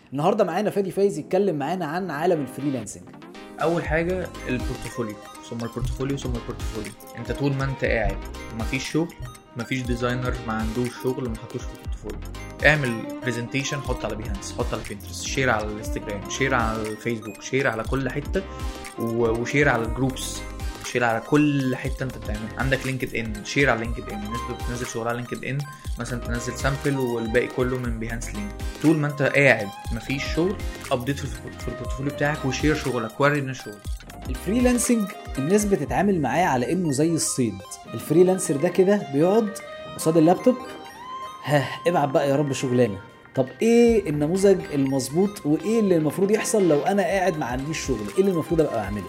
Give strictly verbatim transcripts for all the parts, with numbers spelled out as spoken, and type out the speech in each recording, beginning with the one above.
النهارده معانا فادي فايز يتكلم معانا عن عالم الفريلانسنج. اول حاجه البورتفوليو، ثم البورتفوليو ثم البورتفوليو. انت طول ما انت قاعد مفيش شغل، مفيش ديزاينر ما عندوش شغل ما حطوش في البورتفوليو. اعمل برزنتيشن، حط على بيهانس، حط على بينترست، شير على الانستجرام، شير على الفيسبوك، شير على كل حته، وشير على الجروبس، شير على كل حته انت بتعمل. عندك لينكد ان، شير على لينكد ان. الناس بتنزل شغل على لينكد ان مثلا، تنزل سامبل والباقي كله من بيهانس لينك. طول ما انت قاعد مفيش شغل، ابديت في البورتفوليو بتاعك وشير شغلك، وري الناس شغل. الفريلانسنج الناس بتتعامل معاه على انه زي الصيد. الفريلانسر ده كده بيقعد قصاد اللابتوب، ها ابعت بقى يا رب شغلانه. طب ايه النموذج المظبوط وايه اللي المفروض يحصل لو انا قاعد ما عنديش شغل؟ ايه اللي المفروض ابقى اعمله؟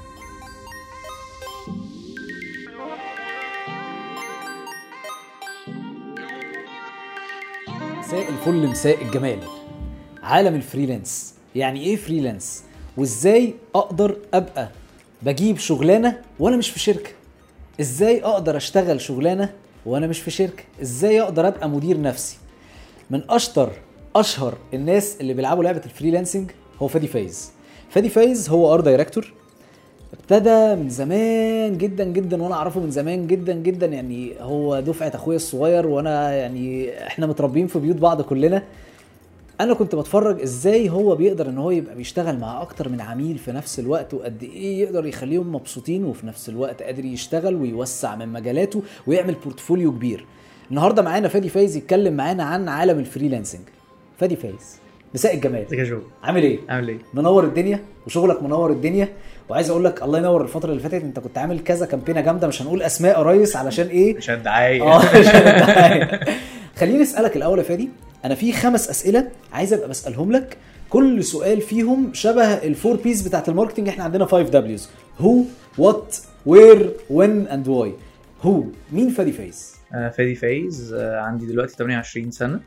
مساء الفل، مساء الجمال. عالم الفريلانس، يعني ايه فريلانس؟ وازاي اقدر ابقى بجيب شغلانه وانا مش في شركه؟ ازاي اقدر اشتغل شغلانه وانا مش في شركه؟ ازاي اقدر ابقى مدير نفسي؟ من اشطر اشهر الناس اللي بيلعبوا لعبه الفريلانسنج هو فادي فايز. فادي فايز هو ار دايركتور، ابتدى من زمان جدا جدا وانا اعرفه من زمان جدا جدا. يعني هو دفعه اخويا الصغير، وانا يعني احنا متربيين في بيوت بعض كلنا. انا كنت بتفرج ازاي هو بيقدر ان هو يبقى بيشتغل مع اكتر من عميل في نفس الوقت، وقد ايه يقدر يخليهم مبسوطين، وفي نفس الوقت قادر يشتغل ويوسع من مجالاته ويعمل بورتفوليو كبير. النهارده معانا فادي فايز يتكلم معانا عن عالم الفريلانسنج. فادي فايز، مساء الجمال. ازيك يا جو؟ عامل ايه؟ عامل ايه؟ منور الدنيا، وشغلك منور الدنيا. وعايز اقول لك الله ينور. الفتره اللي فاتت انت كنت عامل كذا كامبينه جامده، مش هنقول اسماء يا ريس علشان ايه، عشان الدعايه. اه عشان الدعايه. خليني اسالك الاول يا فادي، انا في خمس اسئله عايز ابقى بسالهم لك، كل سؤال فيهم شبه الفور بيز بتاعت الماركتنج. احنا عندنا فايف دبليوز: هو، وات، وير، وين، اند واي. هو مين فادي فايز؟ انا فادي فايز، عندي دلوقتي ثمانية وعشرين سنه.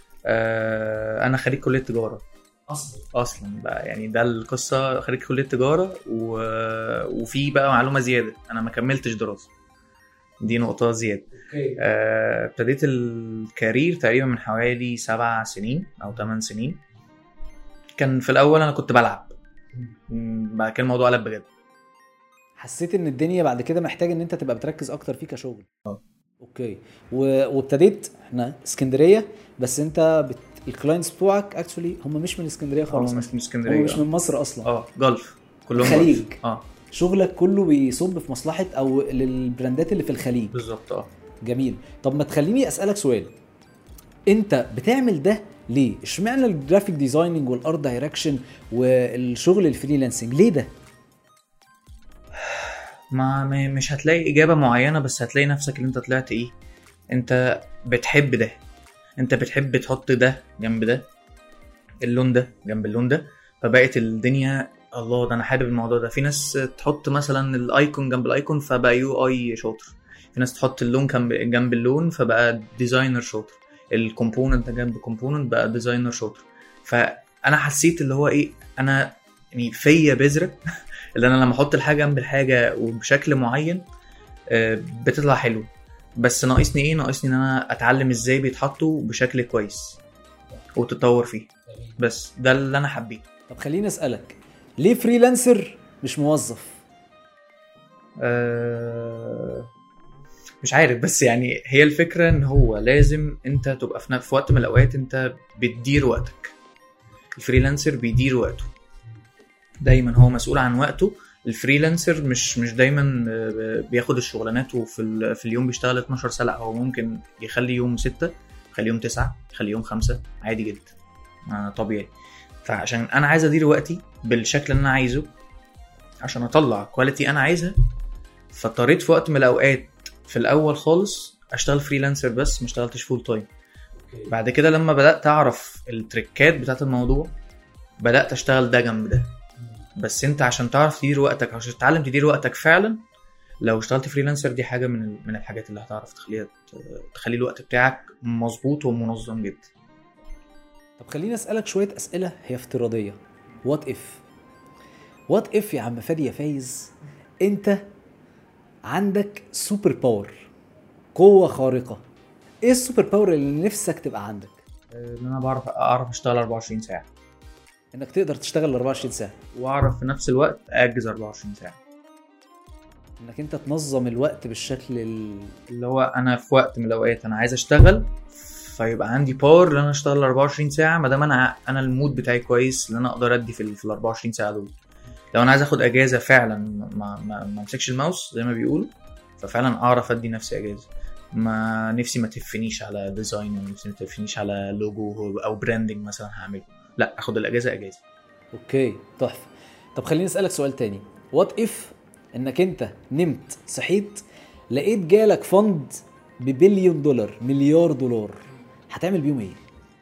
انا خريج كليه تجاره اصلا اصلا بقى، يعني ده القصه. خريج كليه تجاره و... وفي بقى معلومه زياده، انا ما كملتش دراسه، دي نقطه زياده. اوكي. ابتديت الكارير تقريبا من حوالي سبع سنين او ثمان سنين. كان في الاول انا كنت بلعب، بعد كده الموضوع قلب بجد. حسيت ان الدنيا بعد كده محتاج ان انت تبقى بتركز اكتر فيه كشغل. اه اوكي. و... وابتديت احنا اسكندريه، بس انت بت... الكلاينتس بتوعك اكشولي هم مش من اسكندريه خالص. هم مش من اسكندريه، هم مش من مصر اصلا. اه جلف كلهم خليج. جلف. اه شغلك كله بيصب في مصلحه او للبراندات اللي في الخليج بالظبط. اه جميل. طب ما تخليني اسالك سؤال، انت بتعمل ده ليه؟ اشمعنى الجرافيك ديزايننج والارت دايركشن والشغل الفريلانسنج ليه ده؟ ما مش هتلاقي اجابه معينه، بس هتلاقي نفسك اللي انت طلعت ايه، انت بتحب ده، انت بتحب تحط ده جنب ده، اللون ده جنب اللون ده، فبقت الدنيا الله ده انا حابب الموضوع ده. في ناس تحط مثلا الايكون جنب الايكون فبقى يو اي شاطر، في ناس تحط اللون جنب اللون فبقى ديزاينر شاطر، الكومبوننت جنب كومبوننت بقى ديزاينر شاطر. فانا حسيت اللي هو ايه، انا يعني فيا بذره اللي انا لما احط الحاجه جنب الحاجه وبشكل معين بتطلع حلو، بس ناقصني ايه، ناقصني ان انا اتعلم ازاي بيتحطوا بشكل كويس وتطور فيه، بس ده اللي انا حبيته. طب خليني اسالك، ليه فريلانسر مش موظف؟ أه مش عارف، بس يعني هي الفكره ان هو لازم انت تبقى في, في وقت من الاوقات انت بتدير وقتك. الفريلانسر بيدير وقته دايما، هو مسؤول عن وقته. الفريلانسر مش مش دايما بياخد الشغلانات وفي في اليوم بيشتغل اتناشر ساعه، هو ممكن يخلي يوم ستة، يخلي يوم تسعة، يخلي يوم خمسة، عادي جدا، طبيعي. فعشان انا عايز ادير وقتي بالشكل اللي انا عايزه عشان اطلع كواليتي انا عايزها، فاضطريت في وقت من الاوقات في الاول خالص اشتغل فريلانسر بس ما اشتغلتش فول تايم. بعد كده لما بدات اعرف التريكات بتاعت الموضوع بدات اشتغل ده جنب ده. بس انت عشان تعرف تدير وقتك، عشان تتعلم تدير وقتك فعلا، لو اشتغلت فريلانسر دي حاجه من من الحاجات اللي هتعرف تخليها تخلي الوقت بتاعك مظبوط ومنظم جدا. طب خليني اسالك شويه اسئله هي افتراضيه. وات اف وات اف يا عم فادي يا فايز، انت عندك سوبر باور، قوه خارقه. ايه السوبر باور اللي نفسك تبقى عندك؟ ان انا بعرف اعرف اشتغل اربعة وعشرين ساعه. انك تقدر تشتغل أربعة وعشرين ساعه، واعرف في نفس الوقت اجز أربعة وعشرين ساعه، انك انت تنظم الوقت بالشكل ال... اللي هو انا في وقت من الاوقات انا عايز اشتغل فيبقى عندي باور ان انا اشتغل أربعة وعشرين ساعه، ما دام انا انا المود بتاعي كويس ان انا اقدر ادي في ال في ال أربعة وعشرين ساعه دول. لو انا عايز اخد اجازه فعلا ما ما ما امسكش الماوس زي ما بيقولوا، ففعلا اعرف ادي نفسي اجازه، ما نفسي ما تفنيش على ديزاين، نفسي ما تفنيش على لوجو او براندنج مثلا هعمله، لا اخد الاجازه اجازه. اوكي تحفه. طب خليني اسالك سؤال تاني، وات اف انك انت نمت صحيت لقيت جالك فند ببليون دولار، مليار دولار، هتعمل بيهم ايه؟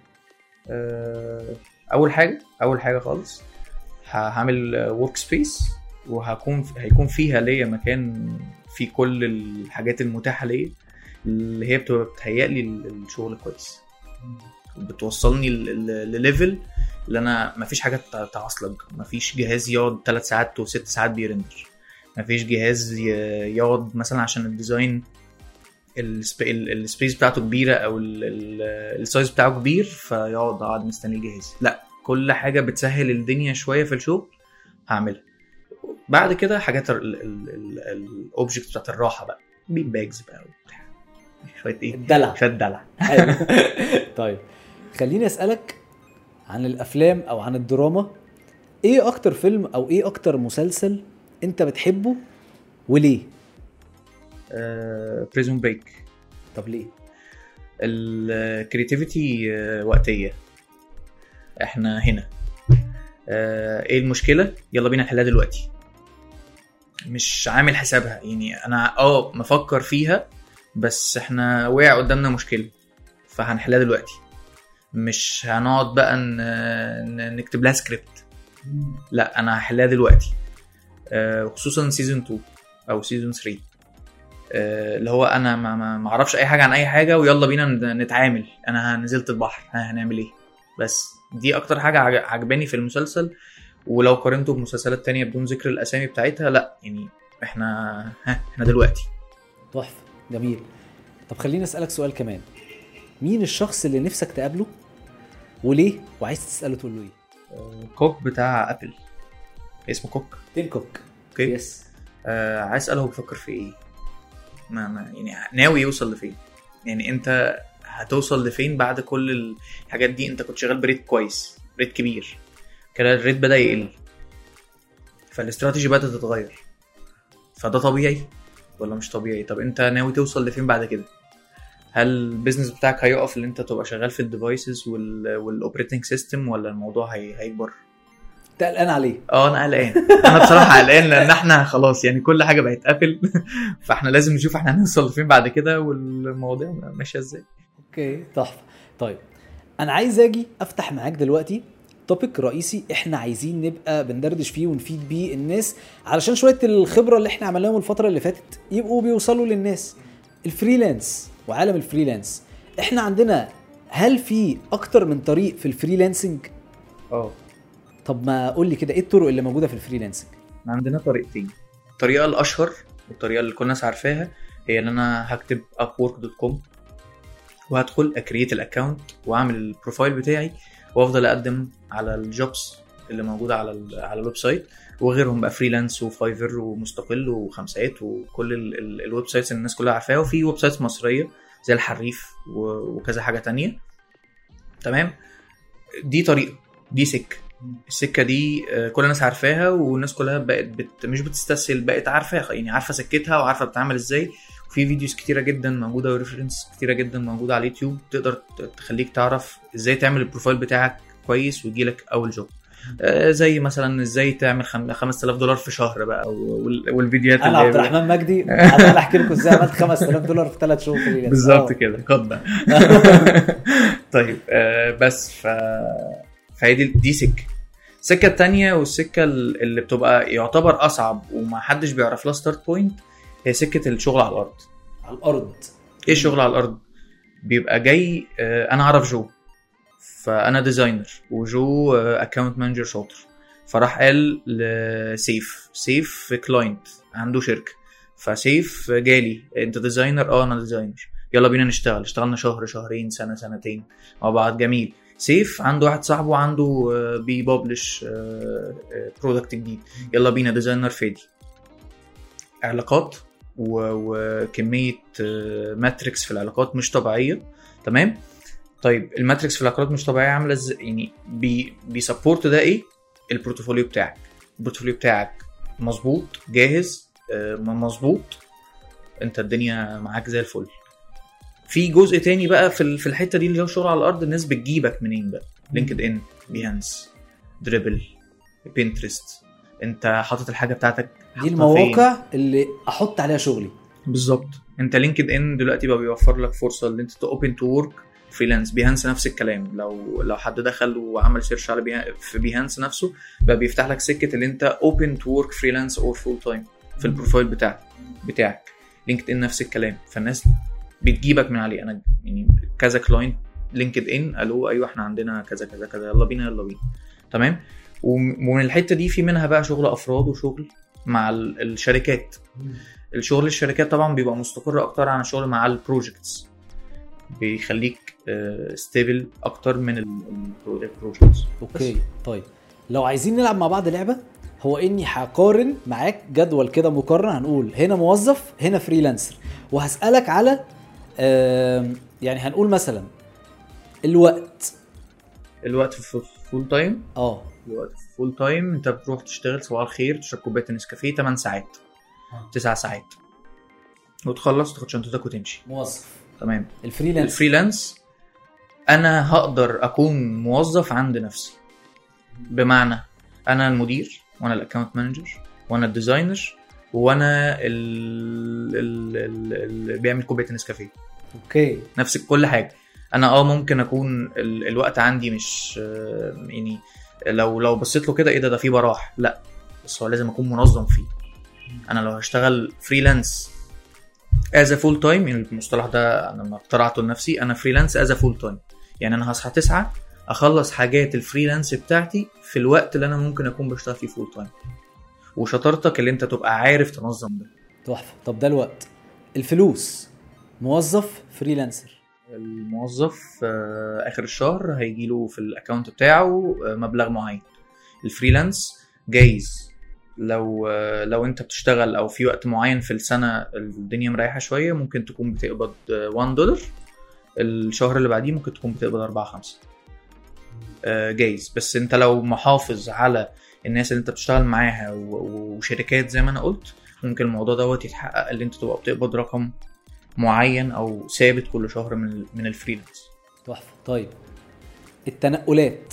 أه اول حاجه اول حاجه خالص هعمل ورك سبيس، وهكون هيكون فيها ليا مكان في كل الحاجات المتاحه ليا اللي هي بتبقى بتهيأ لي الشغل كويس، بتوصلني لليفل اللي انا مفيش حاجه تعصلج، مفيش جهاز يقعد ثلاث ساعات وست ساعات بيرندر، مفيش جهاز يقعد مثلا عشان الديزاين السبيس بتاعته كبيره او السايز بتاعه كبير فيقعد قاعد مستني الجهاز، لا كل حاجه بتسهل الدنيا شويه في الشغل هعملها. بعد كده حاجات الاوبجكت بتاعت الراحه بقى، بيب باجز بقى وبتاع شويه ايه الدلع، شويه دلع. طيب خليني اسالك عن الافلام او عن الدراما، ايه اكتر فيلم او ايه اكتر مسلسل انت بتحبه وليه؟ بريزون uh, بريك. طب ليه؟ الكرياتيفيتي uh, وقتيه، احنا هنا uh, ايه المشكله يلا بينا نحلها دلوقتي، مش عامل حسابها، يعني انا اه مفكر فيها بس احنا وقع قدامنا مشكله فهنحلها دلوقتي، مش هنقعد بقى نكتب لها سكريبت، لا انا هحلها دلوقتي. أه خصوصا سيزون اتنين او سيزون تلاتة، أه اللي هو انا ما ما اعرفش اي حاجه عن اي حاجه ويلا بينا نتعامل، انا نزلت البحر هنعمل ايه، بس دي اكتر حاجه عجباني في المسلسل. ولو قارنته بمسلسلات تانية بدون ذكر الاسامي بتاعتها، لا يعني احنا ها احنا دلوقتي. تحفه جميل. طب خليني اسالك سؤال كمان، مين الشخص اللي نفسك تقابله وليه، وعايز تساله تقول له ايه؟ كوك بتاع ابل، اسمه كوك، تيم كوك. اوكي يس. آه عايز اساله بيفكر في ايه، ما, ما يعني ناوي يوصل لفين، يعني انت هتوصل لفين بعد كل الحاجات دي؟ انت كنت شغال بريت كويس، ريت كبير كده، الريت بدا يقل فالاستراتيجي بدات تتغير، فده طبيعي ولا مش طبيعي؟ طب انت ناوي توصل لفين بعد كده؟ هل البيزنس بتاعك هيقف اللي انت تبقى شغال في الديفايسز والاوبريتنج سيستم، ولا الموضوع هي هيكبر؟ قلقان عليه؟ اه انا قلقان، انا بصراحه قلقان لان احنا خلاص يعني كل حاجه بقت ابل فاحنا لازم نشوف احنا هنوصل لفين بعد كده والمواضيع ماشيه ازاي. اوكي تحفه. طيب انا عايز اجي افتح معاك دلوقتي توبيك رئيسي احنا عايزين نبقى بندردش فيه ونفيد بيه الناس، علشان شويه الخبره اللي احنا عملناهم الفتره اللي فاتت يبقوا بيوصلوا للناس. الفريلانس وعالم الفريلانس، احنا عندنا هل في اكتر من طريق في الفريلانسنج؟ اه طب ما قول لي كده ايه الطرق اللي موجوده في الفريلانسنج؟ عندنا طريقتين. الطريقه الاشهر والطريقه اللي كل الناس عارفاها هي ان انا هكتب ابورك دوت كوم وهدخل اكريت الاكونت واعمل البروفايل بتاعي وافضل اقدم على الجوبس اللي موجوده على على الويب سايت، وغيرهم بقى فريلانس وفايفر ومستقل وخمسات وكل الويب سايتس اللي الناس كلها عارفاها، وفي ويب سايتس مصريه زي الحريف وكذا حاجه تانية. تمام، دي طريقه، دي سكه. السكه دي كل الناس عارفاها والناس كلها بقت بت... مش بتستسهل، بقت عارفاها، يعني عارفه سكتها وعارفه بتعمل ازاي. وفي فيديوز كتيره جدا موجوده وريفرنس كتيره جدا موجوده على اليوتيوب تقدر تخليك تعرف ازاي تعمل البروفايل بتاعك كويس ويجيلك اول جوب. آه زي مثلا ازاي تعمل خمسة آلاف دولار في شهر بقى، والفيديوهات انا عبد الرحمن مجدي عايز احكي لكم ازاي عملت خمسة آلاف دولار في ثلاث شهور في بالظبط كده. خد بقى طيب آه بس ف فهي دي, دي سكه. السكه الثانيه والسكه اللي بتبقى يعتبر اصعب وما حدش بيعرف لها ستارت بوينت هي سكه الشغل على الارض. على الارض ايه الشغل على الارض؟ بيبقى جاي آه انا اعرف جو، فانا ديزاينر وجو اكاونت مانجر شاطر، فراح قال لسيف سيف كلاينت عنده شركه، فسيف جالي انت ديزاينر؟ اه انا ديزاينر، يلا بينا نشتغل. اشتغلنا شهر شهرين سنه سنتين مع بعض، جميل. سيف عنده واحد صاحبه عنده بيبابلش برودكت جديد، يلا بينا ديزاينر فادي. علاقات وكميه ماتريكس في العلاقات مش طبيعيه. تمام. طيب الماتريكس في العلاقات مش طبيعيه عامله ازاي؟ يعني بي بيسبورت ده ايه؟ البورتفوليو بتاعك. البورتفوليو بتاعك مظبوط جاهز مظبوط، انت الدنيا معاك زي الفل. في جزء تاني بقى في في الحته دي اللي هو شغل على الارض، الناس بتجيبك منين بقى؟ لينكد ان، بيهانس، دريبل، بينترست. انت حاطط الحاجه بتاعتك دي المواقع فين؟ اللي احط عليها شغلي بالظبط. انت لينكد ان دلوقتي بقى بيوفر لك فرصه ان انت اوبن تو ورك فريلانس. بيهانس نفس الكلام، لو لو حد دخل وعمل سيرش على بيهانس في بيهانس نفسه بقى بيفتح لك سكه اللي انت اوبن تو ورك فريلانس اور فول تايم في البروفايل بتاعك بتاعك لينكد ان نفس الكلام. فالناس بتجيبك من عليه. انا يعني كذا كلاينت لينكد ان قالوا ايوه احنا عندنا كذا كذا كذا، يلا بينا يلا بينا. تمام. ومن الحته دي في منها بقى شغل افراد وشغل مع الشركات. الشغل الشركات طبعا بيبقى مستقر اكتر عن الشغل مع البروجكتس، بيخليك ستيبل اكتر من البروجكتس. اوكي. طيب لو عايزين نلعب مع بعض لعبه، هو اني هقارن معاك جدول كده مقارنه، هنقول هنا موظف هنا فريلانسر، وهسالك على يعني هنقول مثلا الوقت الوقت في فول تايم. اه الوقت في فول تايم انت بتروح تشتغل صباح الخير، تشرب كوبايه نسكافيه ثمانية ساعات تسعة ساعات وتخلص تاخد شنطتك وتمشي. موظف. تمام. الفريلانس الفريلانس انا هقدر اكون موظف عند نفسي، بمعنى انا المدير وانا الاكاونت مانجر وانا الديزاينر وانا اللي بيعمل كوبايه نسكافيه. اوكي. نفس كل حاجه. انا اه ممكن اكون ال... الوقت عندي مش يعني لو لو بصيت له كده ايه ده ده فيه براح، لا، بس هو لازم اكون منظم فيه. انا لو هشتغل فريلانس از فول تايم، يعني المصطلح ده انا ما اخترعته لنفسي، انا فريلانس از فول تايم، يعني انا هصحى تسعة اخلص حاجات الفريلانس بتاعتي في الوقت اللي انا ممكن اكون بشتغل فيه فول تايم. وشطارتك اللي انت تبقى عارف تنظم ده. تحفه. طب ده الوقت. الفلوس، موظف فريلانسر، الموظف اخر الشهر هيجيله في الاكاونت بتاعه مبلغ معين. الفريلانس جايز لو لو انت بتشتغل او في وقت معين في السنه الدنيا مريحه شويه ممكن تكون بتقبض واحد دولار، الشهر اللي بعديه ممكن تكون بتقبض أربعة خمسة جايز. بس انت لو محافظ على الناس اللي انت بتشتغل معاها وشركات زي ما انا قلت، ممكن الموضوع دوت يتحقق اللي انت تبقى بتقبض رقم معين او ثابت كل شهر من من الفريلانس. تحفه. طيب التنقلات.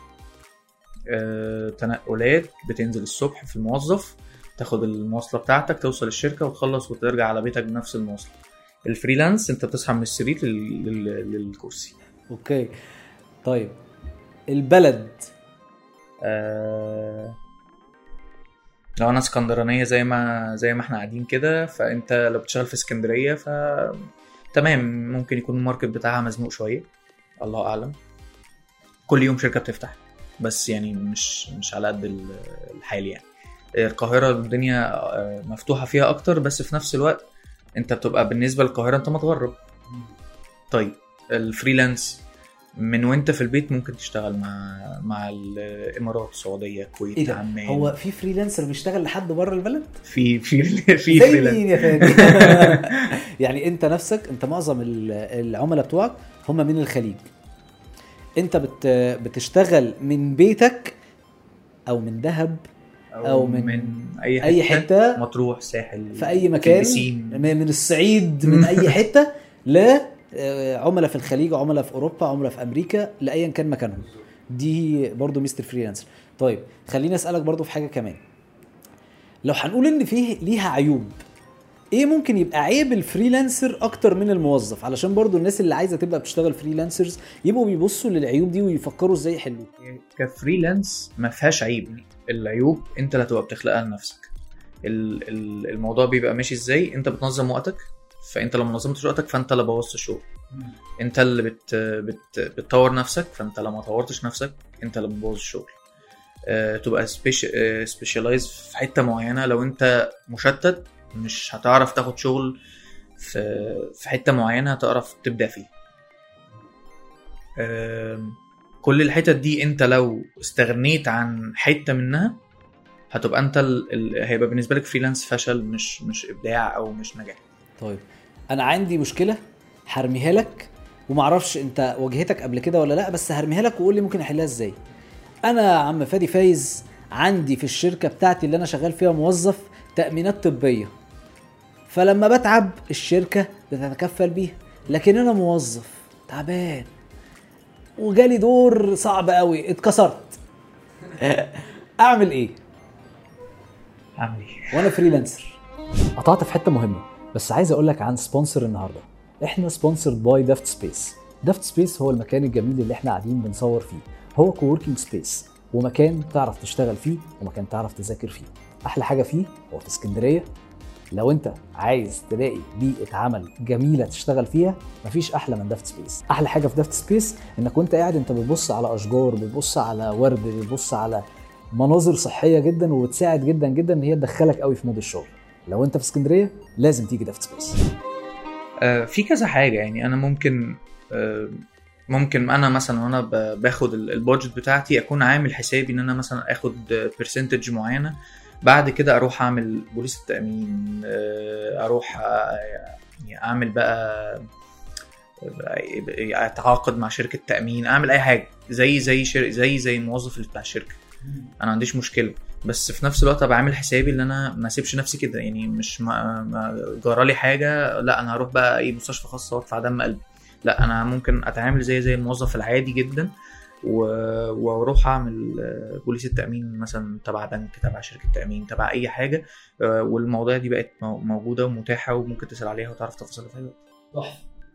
آه، تنقلات بتنزل الصبح في الموظف، تاخد المواصله بتاعتك توصل الشركه وتخلص وترجع على بيتك بنفس المواصله. الفريلانس انت بتصحى من السرير للكرسي. اوكي. طيب البلد. آه، لو انا اسكندرانيه زي ما زي ما احنا قاعدين كده، فانت لو بتشتغل في اسكندريه ف تمام، ممكن يكون الماركت بتاعها مزنوق شويه، الله اعلم. كل يوم شركه بتفتح، بس يعني مش مش على قد الحال. يعني القاهره الدنيا مفتوحه فيها اكتر، بس في نفس الوقت انت بتبقى بالنسبه للقاهره انت متغرب. طيب الفريلانس من وانت في البيت ممكن تشتغل مع مع الامارات، السعوديه، الكويت، إيه عمان. هو في فريلانسر بيشتغل لحد بره البلد؟ في في في فريلانسر يا فادي. يعني انت نفسك انت معظم العملاء بتوعك هم من الخليج، انت بت بتشتغل من بيتك او من دهب او, أو من, من اي حته, أي حتة مطروح، ساحل، في اي مكان، من الصعيد، من اي حته، لا عملاء في الخليج، عملاء في اوروبا، عملاء في امريكا، لايا كان مكانهم. دي برضو مستر فريلانسر. طيب خليني اسالك برضو في حاجه كمان. لو هنقول ان فيه ليها عيوب، ايه ممكن يبقى عيب الفريلانسر اكتر من الموظف، علشان برضو الناس اللي عايزه تبقى بتشتغل فريلانسرز يبقوا بيبصوا للعيوب دي ويفكروا ازاي يحلوها؟ كفريلانس ما فيهاش عيب، العيوب انت اللي هتبقى بتخلقها لنفسك. الموضوع بيبقى ماشي ازاي؟ انت بتنظم وقتك، فانت لو منظمتش وقتك فانت اللي بوظت الشغل. انت اللي بت بت بتطور نفسك، فانت لو ما طورتش نفسك انت اللي بتبوظ الشغل. أه تبقى سبيشالايز في حته معينه. لو انت مشتت مش هتعرف تاخد شغل في في حته معينه هتعرف تبدع فيه. أه كل الحتت دي انت لو استغنيت عن حته منها هتبقى انت ال... ال... هيبقى بالنسبه لك فريلانس فشل، مش مش ابداع او مش نجاح. طيب انا عندي مشكله هرميها لك ومعرفش انت واجهتك قبل كده ولا لا، بس هرميها لك وقول لي ممكن احلها ازاي. انا يا عم فادي فايز عندي في الشركه بتاعتي اللي انا شغال فيها موظف تامينات طبيه، فلما بتعب الشركه بتتكفل بيها، لكن انا موظف تعبان وجالي دور صعب قوي اتكسرت اعمل ايه؟ اعمل ايه وانا فريلانسر؟ قطعت في حته مهمه، بس عايز اقول لك عن سبونسر النهارده. احنا سبونسرد باي دافت سبيس. دافت سبيس هو المكان الجميل اللي احنا قاعدين بنصور فيه. هو كووركينج سبيس ومكان تعرف تشتغل فيه ومكان تعرف تذاكر فيه. احلى حاجه فيه هو في اسكندريه. لو انت عايز تلاقي بيئه عمل جميله تشتغل فيها مفيش احلى من دافت سبيس. احلى حاجه في دافت سبيس انك وانت قاعد انت بتبص على اشجار، بتبص على ورد، بتبص على مناظر صحيه جدا، وبتساعد جدا جدا ان هي تدخلك قوي في مود الشغل. لو انت في اسكندريه لازم تيجي دافت سبيس. آه في كذا حاجه، يعني انا ممكن آه ممكن انا مثلا وانا باخد البادجت بتاعتي اكون عامل حسابي ان انا مثلا اخد برسنتج معينه، بعد كده اروح اعمل بوليس التامين، اروح اعمل بقى اتعاقد مع شركه تامين، اعمل اي حاجه زي زي شر... زي زي الموظف اللي بتاع الشركه. انا ما عنديش مشكله، بس في نفس الوقت بعمل حسابي ان انا ما اسيبش نفسي كده، يعني مش ما, ما جرالي حاجه لا انا هروح بقى اي مستشفى خاصه وادفع دم قلبي. لا انا ممكن اتعامل زي زي الموظف العادي جدا واروح اعمل بوليس التامين مثلا تبع بنك، تبع شركه تامين، تبع اي حاجه، والمواضيع دي بقت موجوده ومتاحه وممكن تسال عليها وتعرف تفاصيلها في اي وقت.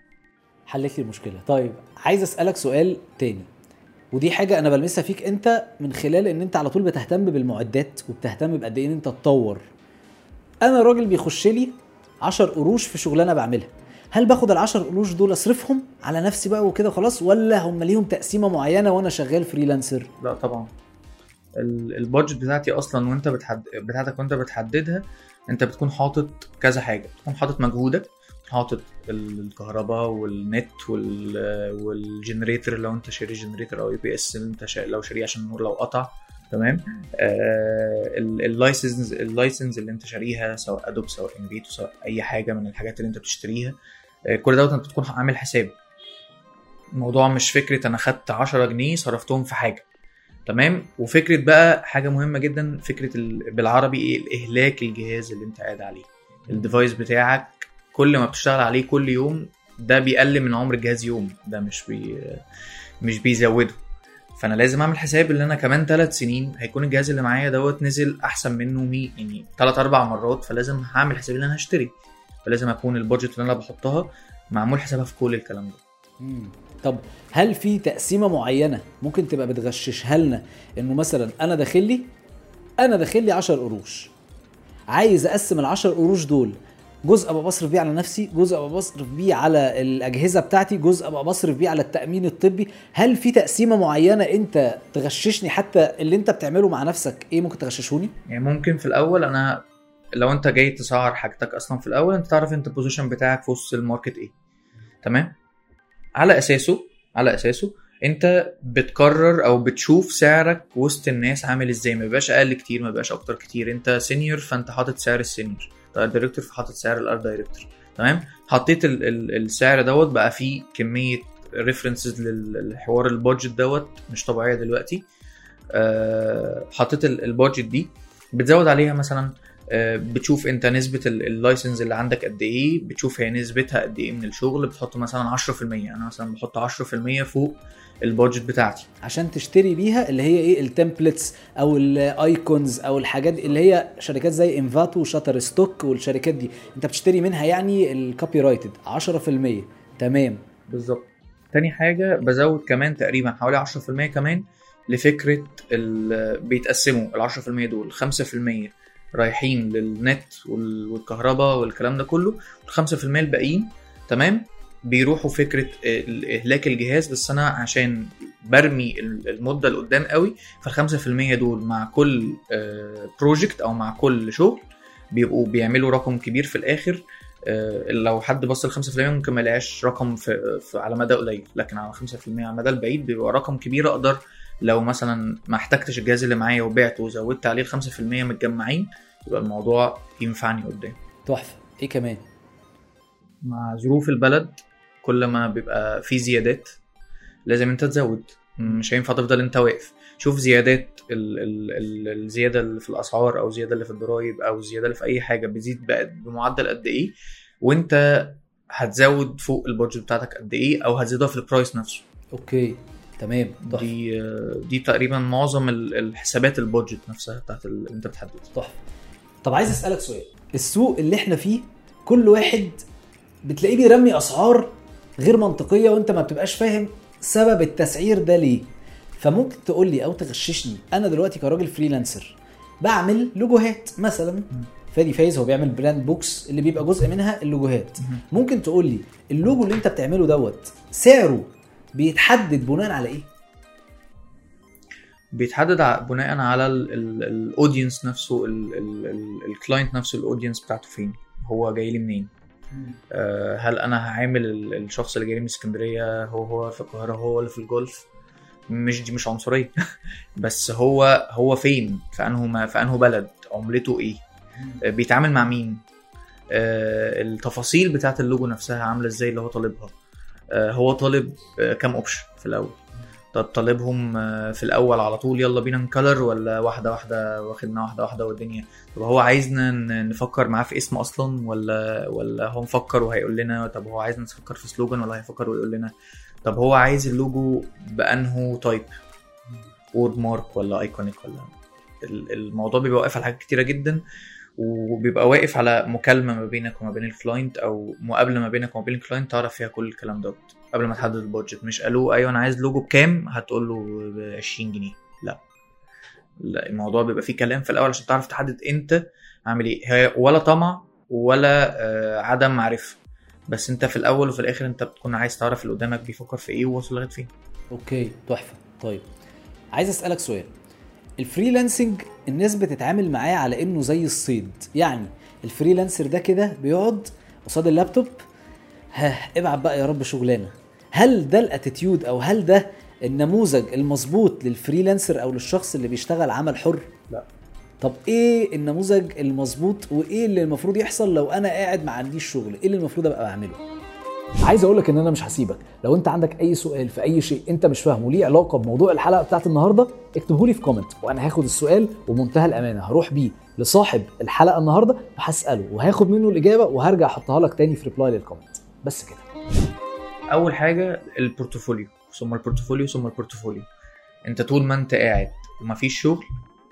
حلت لي المشكله. طيب عايز اسالك سؤال تاني، ودي حاجه انا بلمسها فيك انت من خلال ان انت على طول بتهتم بالمعدات وبتهتم بقد ايه ان انت تطور. انا راجل بيخش لي عشر قروش في شغلانه بعملها، هل باخد العشر قروش دول اصرفهم على نفسي بقى وكده خلاص، ولا هم ليهم تقسيمه معينه وانا شغال فريلانسر؟ لا طبعا البادجت بتاعتي اصلا وانت بتحدد بتاعتك وانت بتحددها انت بتكون حاطط كذا حاجه، بتكون حاطط مجهودك، حاطط الكهرباء والنت والجنريتور لو انت شاري جنريتور او يو بي اس انت شا... لو شاريه عشان النور لو قطع، تمام. آه اللايسنس اللايسنس اللي انت شاريها سواء ادوب سواء انفيتو سواء اي حاجه من الحاجات اللي انت بتشتريها، آه كل دوت انت بتكون عامل حساب. الموضوع مش فكره انا خدت عشرة جنيه صرفتهم في حاجه، تمام. وفكره بقى حاجه مهمه جدا، فكره ال... بالعربي ايه الاهلاك الجهاز اللي انت قاعد عليه، الديفايس بتاعك كل ما بتشتغل عليه كل يوم ده بيقلل من عمر الجهاز يوم، ده مش بي مش بيزوده. فانا لازم اعمل حساب ان انا كمان ثلاث سنين هيكون الجهاز اللي معايا دوت نزل احسن منه مية يعني ثلاث اربع مرات، فلازم هعمل حساب ان انا هشتري، فلازم اكون البادجت اللي انا بحطها معمول حسابها في كل الكلام ده. مم. طب هل في تقسيمه معينه ممكن تبقى بتغششها لنا، انه مثلا انا داخل لي انا داخل لي عشر قروش، عايز اقسم العشر قروش دول جزء ابقى بصرف بيه على نفسي، جزء ابقى بصرف بيه على الاجهزه بتاعتي، جزء ابقى بصرف بيه على التامين الطبي، هل في تقسيمه معينه انت تغششني حتى اللي انت بتعمله مع نفسك ايه ممكن تغششوني؟ يعني ممكن في الاول انا لو انت جاي تسعر حاجتك اصلا في الاول انت تعرف انت البوزيشن بتاعك في وسط الماركت ايه، تمام. على اساسه على اساسه انت بتقرر او بتشوف سعرك وسط الناس عامل ازاي، ما بيبقاش اقل كتير ما بيبقاش اكتر كتير. انت سينيور فانت حاطط سعر السينيور، الارت دايركتور فحاطط سعر الارت دايركتور، تمام. حطيت ال ال السعر دوت بقى فيه كميه ريفرنسز للحوار البادجت دوت مش طبيعيه دلوقتي. أه حطيت البادجت دي بتزود عليها مثلا، أه بتشوف انت نسبه اللايسنس اللي عندك قد ايه، بتشوف هي نسبتها قد ايه من الشغل، بتحط مثلا عشرة في المية. انا مثلا بحط عشرة في المية فوق البادجت بتاعتي عشان تشتري بيها اللي هي ايه التمبلتس او الايكونز او الحاجات اللي هي شركات زي انفاتو وشاتر ستوك والشركات دي انت بتشتري منها يعني الكوبي رايتد عشرة في المية، تمام بالظبط. تاني حاجه بزود كمان تقريبا حوالي عشرة في المية كمان لفكره بيتقسموا ال عشرة في المية دول خمسة في المية رايحين للنت والكهرباء والكلام ده كله، وال5% الباقيين تمام بيروحوا فكره اهلاك الجهاز. بس انا عشان برمي المده لقدام قوي، فالخمسة في المية دول مع كل بروجكت او مع كل شغل بيبقوا بيعملوا رقم كبير في الاخر، آه، لو حد بص ل خمسة في المية ممكن ما يلاقيش رقم في, في على مدى قليل، لكن على خمسة في المية على المدى البعيد بيبقى رقم كبير. اقدر لو مثلا ما احتجتش الجهاز اللي معايا وبعته وزودت عليه خمسة في المية متجمعين، يبقى الموضوع ينفعني قدام. تحفه. ايه كمان؟ مع ظروف البلد كل ما بيبقى في زيادات لازم انت تزود، مش هينفع تفضل انت واقف. شوف زيادات ال ال ال الزياده اللي في الاسعار او الزياده اللي في الضرايب او الزياده اللي في اي حاجه بتزيد بقى بمعدل قد ايه، وانت هتزود فوق البادجت بتاعتك قد ايه او هتزودها في البرايس نفسه. اوكي تمام. تحفه. دي دي تقريبا معظم الحسابات البادجت نفسها بتاعت اللي انت بتحددها. تحفه. طب عايز اسالك سؤال، السوق اللي احنا فيه كل واحد بتلاقيه بيرمي اسعار غير منطقيه وانت ما بتبقاش فاهم سبب التسعير ده ليه. فممكن تقول لي او تغششني، انا دلوقتي كراجل فريلانسر بعمل لوجوهات مثلا، فادي فايز هو بيعمل براند بوكس اللي بيبقى جزء منها اللوجوهات. ممكن تقول لي اللوجو اللي انت بتعمله دوت سعره بيتحدد بناء على ايه؟ بيتحدد بناء على الاودينس نفسه، الكلاينت نفسه، الاودينس بتاعته فين، هو جاي لي منين. أه هل انا هعامل الشخص اللي جاي لي من اسكندريه هو هو في القاهره هو اللي في الجولف؟ مش دي مش عنصريه بس هو هو فين، في انه في انه بلد، عملته ايه، أه بيتعامل مع مين، أه التفاصيل بتاعه اللوجو نفسها عامله ازاي اللي هو طالبها. أه هو طالب أه كام اوبشن في الاول؟ طب طالبهم في الاول على طول يلا بينا نكلر، ولا واحده واحده واخدنا واحده واحده والدنيا؟ طب هو عايزنا نفكر معاه في اسم اصلا، ولا ولا هو مفكر وهيقول لنا؟ طب هو عايزنا نفكر في سلوجان ولا هيفكر ويقول لنا؟ طب هو عايز اللوجو بانه تايب، وورد مارك ولا ايكونيك ولا؟ الموضوع بيبقى واقف على حاجات كتيره جدا، وبيبقى واقف على مكالمه ما بينك وما بين الكلاينت او مقابله ما بينك وما بين الكلاينت تعرف فيها كل الكلام ده قبل ما تحدد البادجت. مش قالوا ايوه انا عايز لوجو بكام هتقول له ب عشرين جنيه، لا لا، الموضوع بيبقى فيه كلام في الاول عشان تعرف تحدد انت عامل ايه، ولا طمع ولا آه عدم معرفه، بس انت في الاول وفي الاخر انت بتكون عايز تعرف اللي قدامك بيفكر في ايه ووصل لغايه فين. اوكي تحفه. طيب عايز اسالك سؤال، الفريلانسنج الناس بتتعامل معاه على انه زي الصيد، يعني الفريلانسر ده كده بيقعد قصاد اللابتوب ها ابعت بقى يا رب شغلانه. هل ده الاتيتيود او هل ده النموذج المظبوط للفريلانسر او للشخص اللي بيشتغل عمل حر؟ لا. طب ايه النموذج المظبوط وايه اللي المفروض يحصل لو انا قاعد ما عنديش شغل؟ ايه اللي المفروض ابقى بعمله؟ عايز اقولك ان انا مش هسيبك. لو انت عندك اي سؤال في اي شيء انت مش فاهمه ليه علاقه بموضوع الحلقه بتاعت النهارده، اكتبه لي في كومنت وانا هاخد السؤال ومنتهى الامانه هروح بيه لصاحب الحلقه النهارده وهساله وهاخد منه الاجابه وهرجع احطها لك تاني في ريبلاي للكومنت. بس كده. اول حاجه البورتفوليو، ثم البورتفوليو ثم البورتفوليو. انت طول ما انت قاعد ومفيش شغل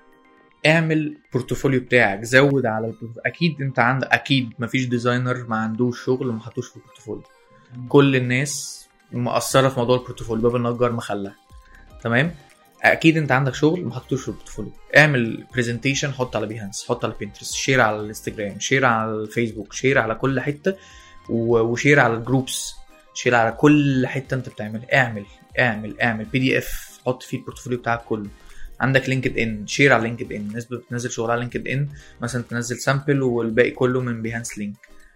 اعمل بورتفوليو بتاعك، زود على البورتفوليو. اكيد انت عندك، اكيد مفيش ديزاينر ما عندوش شغل وما حطوش في البورتفوليو. كل الناس مقصره في موضوع البورتفوليو، باب النجار مخلع، تمام؟ اكيد انت عندك شغل ما حطوش في البورتفوليو. اعمل برزنتيشن، حط على بيهانس، حط على بنترست، شير على الانستجرام، شير على الفيسبوك، شير على كل حته، وشير على الجروبس، شير على كل حته انت بتعمل. اعمل اعمل اعمل بي دي اف حط فيه البورتفوليو بتاعك كله. عندك لينكد ان، شير على لينكد ان، الناس بتنزل شغل على لينكد ان مثلا، تنزل سامبل والباقي كله من بيهانس لينك.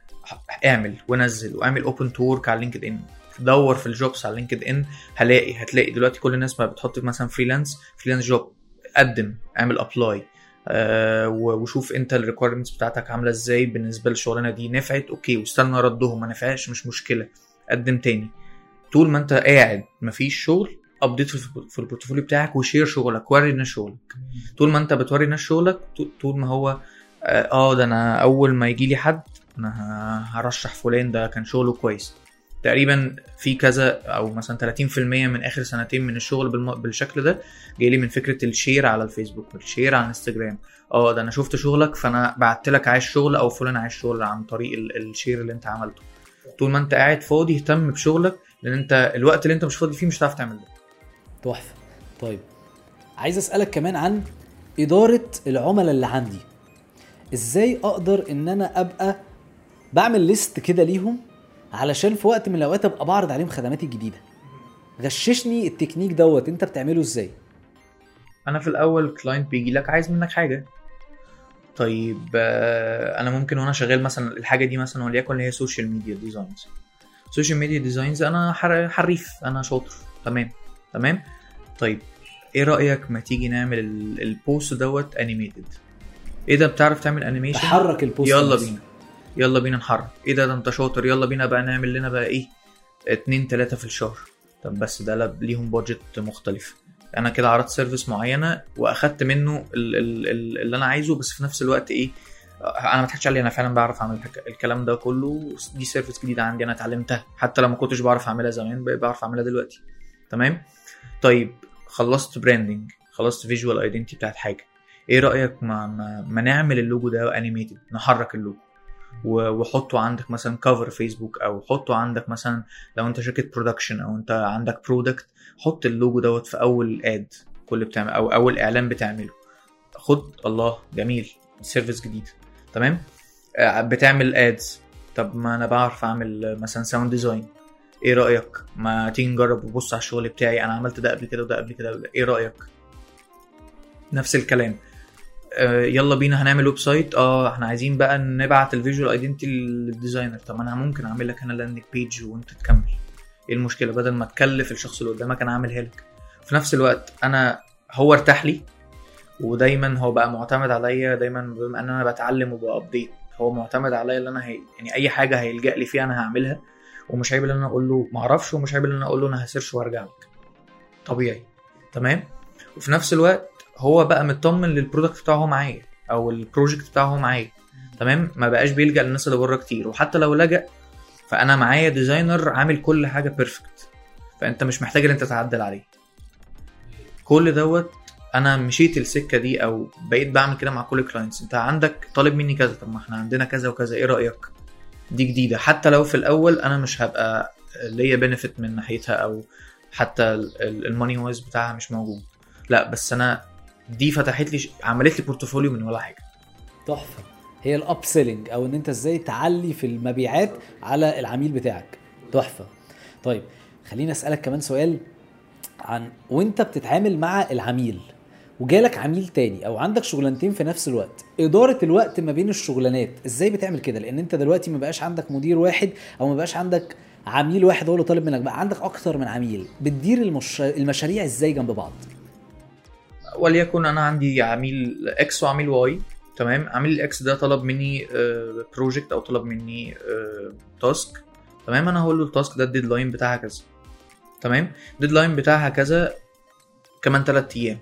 اعمل ونزل واعمل اوبن تورك على لينكد ان، دور في الجوبس على لينكد ان، هلاقي هتلاقي دلوقتي كل الناس ما بتحط مثلا فريلانس فريلانس جوب، قدم اعمل ابلاي أه وشوف انت الريكويرمنتس بتاعتك عامله ازاي بالنسبه للشغلانه دي. نفعت اوكي واستنى ردهم، ما نفعش مش مشكله قدم تاني. طول ما انت قاعد مفيش شغل ابديت في البورتفوليو بتاعك وشير شغلك، وري الناس شغلك. طول ما انت بتوري الناس شغلك، طول ما هو اه ده انا اول ما يجي لي حد انا هرشح فلان ده كان شغله كويس. تقريبا في كذا او مثلا ثلاثين بالمية من اخر سنتين من الشغل بالم... بالشكل ده جاي لي من فكره الشير على الفيسبوك والشير على الانستجرام. اه ده انا شفت شغلك فانا بعت لك عايز شغل، او فلان عايز شغل عن طريق ال... الشير اللي انت عملته. طول ما انت قاعد فاضي اهتم بشغلك، لان انت الوقت اللي انت مش فاضي فيه مش هتعرف تعمل ده. تحفه. طيب عايز اسالك كمان عن اداره العملاء اللي عندي. ازاي اقدر ان انا ابقى بعمل ليست كده ليهم علشان في وقت من الاوقات ابقى بعرض عليهم خدماتي الجديده؟ غششني التكنيك دوت انت بتعمله ازاي؟ انا في الاول كلاينت بيجي لك عايز منك حاجه، طيب آه، انا ممكن وانا شغال مثلا الحاجه دي مثلا وليكن اللي هي سوشيال ميديا ديزاينز سوشيال ميديا ديزاينز انا حر- حريف، انا شاطر، تمام تمام. طيب ايه رايك ما تيجي نعمل ال- البوست دوت انيميتد؟ ايه ده بتعرف تعمل انيميشن؟ تحرك البوست يلا نفسه. بينا يلا بينا نحرك. ايه ده ده انت شاطر، يلا بينا بقى نعمل لنا بقى ايه اتنين تلاتة في الشهر. طب بس ده لا- ليهم بادجت مختلف. انا كده عرضت سيرفيس معينه واخدت منه ال- ال- ال- اللي انا عايزه، بس في نفس الوقت ايه انا ما تضحكش عليه، انا فعلا بعرف اعمل الحك- الكلام ده كله. دي سيرفيس جديده عندي انا اتعلمتها، حتى لو ما كنتش بعرف اعملها زمان بقيت بعرف اعملها دلوقتي. تمام. طيب خلصت براندنج، خلصت فيجوال ايدنتي بتاعت حاجه. ايه رايك ما, ما, ما نعمل اللوجو ده انيميتد، نحرك اللوجو و- وحطه عندك مثلا كفر فيسبوك، او حطه عندك مثلا لو انت شركه برودكشن او انت عندك برودكت، حط اللوجو دوت في اول اد كل بتعمل او اول اعلان بتعمله. خد الله جميل، سيرفيس جديد. تمام. آه، بتعمل ادز، طب ما انا بعرف اعمل مثلا ساوند ديزاين، ايه رايك ما تيجي نجرب وبص على الشغل بتاعي، انا عملت ده قبل كده وده قبل كده وده. ايه رايك؟ نفس الكلام. آه، يلا بينا هنعمل ويب سايت، اه احنا عايزين بقى نبعت الفيجوال ايدنتي للديزاينر. طب انا ممكن اعمل لك انا لاندنج بيج وانت تكمل. ايه المشكله؟ بدل ما تكلف الشخص اللي قدامك انا اعملها لك. في نفس الوقت انا هو ارتاح لي، ودايما هو بقى معتمد عليا، دايما بما ان انا بتعلم وبابديت هو معتمد عليا، اللي انا هي يعني اي حاجه هيلجأ لي فيها انا هعملها. ومش عيب ان انا اقول له ما اعرفش، ومش عيب ان انا اقول له انا هسيرش وارجع لك. طبيعي. تمام. وفي نفس الوقت هو بقى مطمن للبرودكت بتاعه معايا او البروجكت بتاعه معايا. تمام. ما بقاش بيلجأ للناس اللي بره كتير، وحتى لو لجأ فانا معايا ديزاينر عامل كل حاجه بيرفكت، فانت مش محتاج ان انت تعدل عليه. كل دوت انا مشيت السكه دي او بقيت بعمل كده مع كل كلاينتس. انت عندك طالب مني كذا، طب ما احنا عندنا كذا وكذا، ايه رايك؟ دي جديده، حتى لو في الاول انا مش هبقى ليا بنفيت من ناحيتها، او حتى الماني وايز بتاعها مش موجود، لا بس انا دي فتحت لي عملت لي بورتفوليو من ولا حاجه. تحفه. هي الاب سيلينج، او ان انت ازاي تعلي في المبيعات على العميل بتاعك. تحفه. طيب خليني اسالك كمان سؤال عن وانت بتتعامل مع العميل وجالك عميل تاني، او عندك شغلانتين في نفس الوقت، اداره الوقت ما بين الشغلانات ازاي بتعمل كده؟ لان انت دلوقتي ما بقاش عندك مدير واحد، او ما بقاش عندك عميل واحد هو اللي طالب منك، بقى عندك اكتر من عميل. بتدير المش... المشاريع ازاي جنب بعض؟ وليكن انا عندي عميل اكس وعميل واي. تمام. عميل الاكس ده طلب مني بروجكت او طلب مني تاسك. تمام. انا هقول له التاسك ده الديدلاين بتاعها كذا. تمام. الديدلاين بتاعها كذا كمان ثلاثة ايام.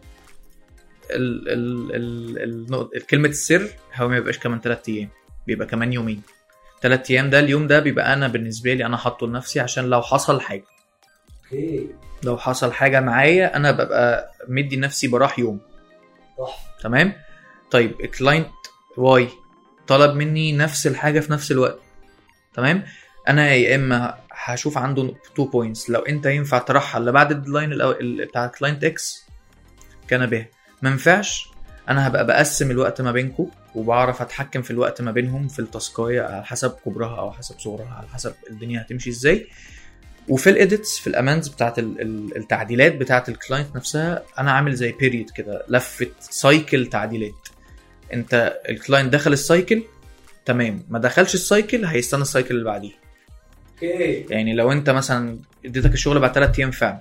ال ال ال ال كلمه السر هو ما يبقاش كمان ثلاثة ايام، بيبقى كمان يومين. ثلاثة ايام ده اليوم ده بيبقى انا بالنسبه لي انا حاطه لنفسي عشان لو حصل حاجه. اوكي. لو حصل حاجه معايا انا ببقى مدي نفسي براح يوم. تمام. طيب الكلاينت واي طلب مني نفس الحاجه في نفس الوقت. تمام. انا يا اما هشوف عنده تو بوينتس، لو انت ينفع ترحل اللي بعد الديدلاين بتاع الكلاينت اكس كان به، ما ينفعش انا هبقى بقسم الوقت ما بينكم وبعرف اتحكم في الوقت ما بينهم في التاسكايه على حسب كبرها او حسب صغرها على حسب الدنيا هتمشي ازاي. وفي الاديتس في الامانز بتاعت التعديلات بتاعت الكلاينت نفسها انا عامل زي بيريد كده، لفه سايكل تعديلات. انت الكلاينت دخل السايكل تمام، ما دخلش السايكل هيستنى السايكل اللي بعديه. اوكي. يعني لو انت مثلا اديتك الشغل بعد ثلاثة ايام فعلا،